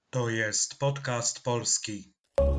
To jest podcast polski.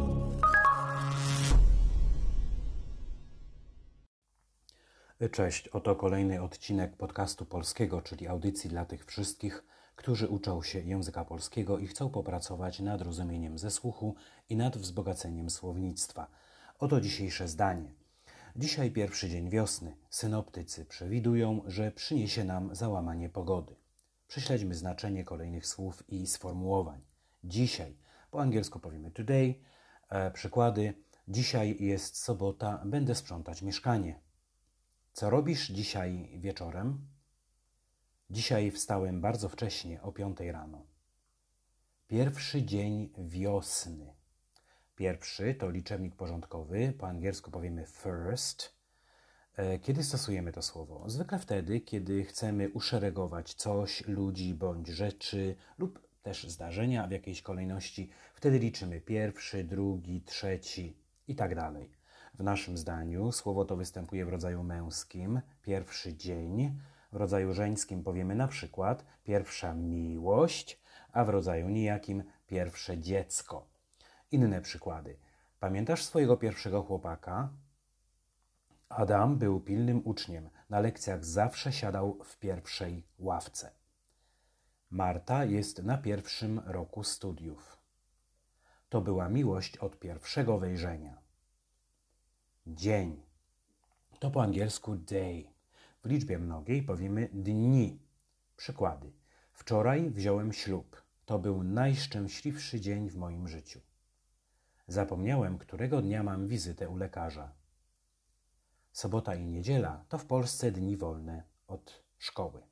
Cześć, oto kolejny odcinek podcastu polskiego, czyli audycji dla tych wszystkich, którzy uczą się języka polskiego i chcą popracować nad rozumieniem ze słuchu i nad wzbogaceniem słownictwa. Oto dzisiejsze zdanie. Dzisiaj pierwszy dzień wiosny. Synoptycy przewidują, że przyniesie nam załamanie pogody. Prześledźmy znaczenie kolejnych słów i sformułowań. Dzisiaj, po angielsku powiemy today. Przykłady. Dzisiaj jest sobota, będę sprzątać mieszkanie. Co robisz dzisiaj wieczorem? Dzisiaj wstałem bardzo wcześnie, o 5 rano. Pierwszy dzień wiosny. Pierwszy to liczebnik porządkowy, po angielsku powiemy first. Kiedy stosujemy to słowo? Zwykle wtedy, kiedy chcemy uszeregować coś, ludzi bądź rzeczy lub też zdarzenia w jakiejś kolejności. Wtedy liczymy pierwszy, drugi, trzeci i tak dalej. W naszym zdaniu słowo to występuje w rodzaju męskim, pierwszy dzień, w rodzaju żeńskim powiemy na przykład pierwsza miłość, a w rodzaju nijakim pierwsze dziecko. Inne przykłady. Pamiętasz swojego pierwszego chłopaka? Adam był pilnym uczniem. Na lekcjach zawsze siadał w pierwszej ławce. Marta jest na pierwszym roku studiów. To była miłość od pierwszego wejrzenia. Dzień. To po angielsku day. W liczbie mnogiej powiemy dni. Przykłady. Wczoraj wziąłem ślub. To był najszczęśliwszy dzień w moim życiu. Zapomniałem, którego dnia mam wizytę u lekarza. Sobota i niedziela to w Polsce dni wolne od szkoły.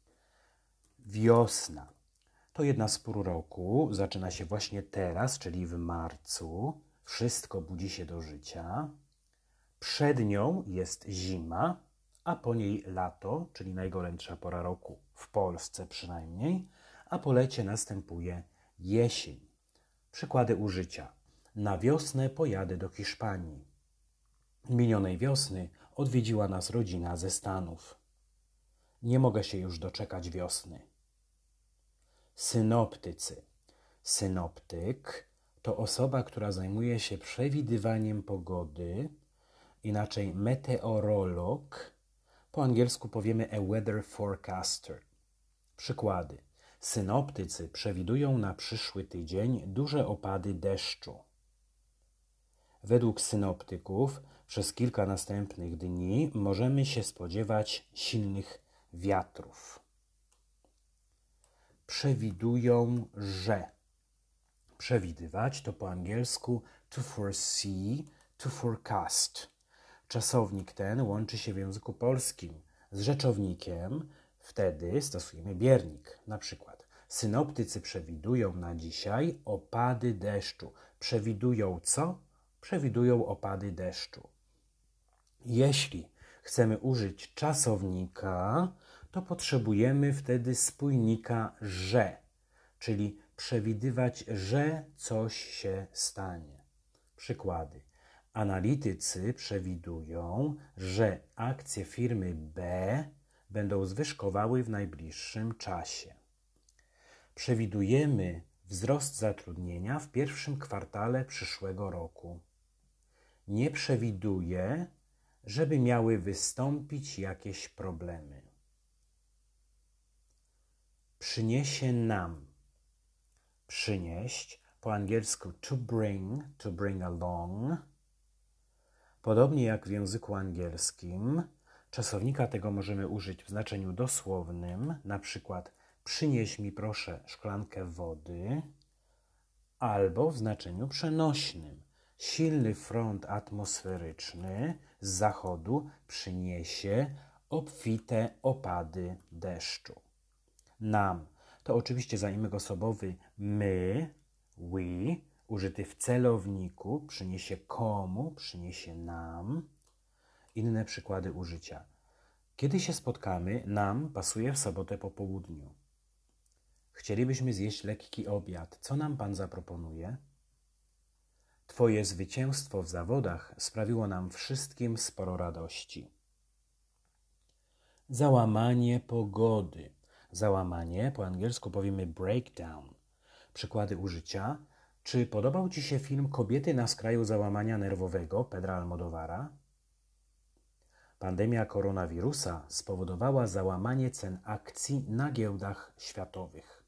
Wiosna. To jedna z pór roku. Zaczyna się właśnie teraz, czyli w marcu. Wszystko budzi się do życia. Przed nią jest zima, a po niej lato, czyli najgorętsza pora roku, w Polsce przynajmniej, a po lecie następuje jesień. Przykłady użycia. Na wiosnę pojadę do Hiszpanii. Minionej wiosny odwiedziła nas rodzina ze Stanów. Nie mogę się już doczekać wiosny. Synoptycy. Synoptyk to osoba, która zajmuje się przewidywaniem pogody, inaczej meteorolog. Po angielsku powiemy a weather forecaster. Przykłady. Synoptycy przewidują na przyszły tydzień duże opady deszczu. Według synoptyków przez kilka następnych dni możemy się spodziewać silnych wiatrów. Przewidują, że. Przewidywać to po angielsku to foresee, to forecast. Czasownik ten łączy się w języku polskim z rzeczownikiem, wtedy stosujemy biernik. Na przykład synoptycy przewidują na dzisiaj opady deszczu. Przewidują co? Przewidują opady deszczu. Jeśli chcemy użyć czasownika, to potrzebujemy wtedy spójnika że, czyli przewidywać, że coś się stanie. Przykłady. Analitycy przewidują, że akcje firmy B będą zwyżkowały w najbliższym czasie. Przewidujemy wzrost zatrudnienia w pierwszym kwartale przyszłego roku. Nie przewiduję, żeby miały wystąpić jakieś problemy. Przyniesie nam. Przynieść, po angielsku to bring along. Podobnie jak w języku angielskim, czasownika tego możemy użyć w znaczeniu dosłownym, na przykład przynieś mi proszę szklankę wody, albo w znaczeniu przenośnym. Silny front atmosferyczny z zachodu przyniesie obfite opady deszczu. Nam to oczywiście zaimek osobowy my, we, użyty w celowniku, przyniesie komu, przyniesie nam. Inne przykłady użycia. Kiedy się spotkamy, nam pasuje w sobotę po południu. Chcielibyśmy zjeść lekki obiad. Co nam Pan zaproponuje? Twoje zwycięstwo w zawodach sprawiło nam wszystkim sporo radości. Załamanie pogody. Załamanie po angielsku powiemy breakdown. Przykłady użycia. Czy podobał Ci się film Kobiety na skraju załamania nerwowego Pedra Almodóvara? Pandemia koronawirusa spowodowała załamanie cen akcji na giełdach światowych.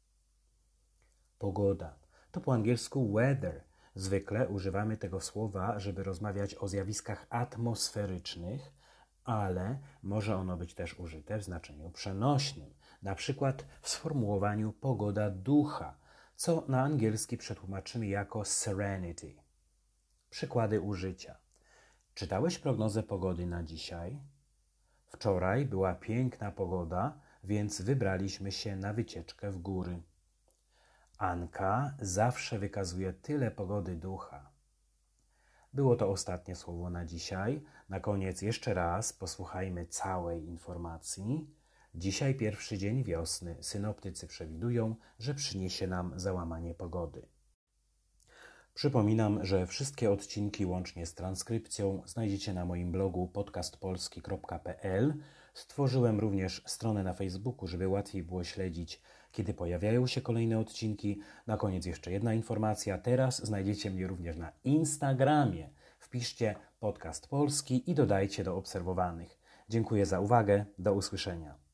Pogoda. To po angielsku weather. Zwykle używamy tego słowa, żeby rozmawiać o zjawiskach atmosferycznych, ale może ono być też użyte w znaczeniu przenośnym, na przykład w sformułowaniu pogoda ducha, co na angielski przetłumaczymy jako serenity. Przykłady użycia. Czytałeś prognozę pogody na dzisiaj? Wczoraj była piękna pogoda, więc wybraliśmy się na wycieczkę w góry. Anka zawsze wykazuje tyle pogody ducha. Było to ostatnie słowo na dzisiaj. Na koniec jeszcze raz posłuchajmy całej informacji. Dzisiaj pierwszy dzień wiosny. Synoptycy przewidują, że przyniesie nam załamanie pogody. Przypominam, że wszystkie odcinki łącznie z transkrypcją znajdziecie na moim blogu podcastpolski.pl. Stworzyłem również stronę na Facebooku, żeby łatwiej było śledzić, kiedy pojawiają się kolejne odcinki. Na koniec jeszcze jedna informacja. Teraz znajdziecie mnie również na Instagramie. Wpiszcie Podcast Polski i dodajcie do obserwowanych. Dziękuję za uwagę. Do usłyszenia.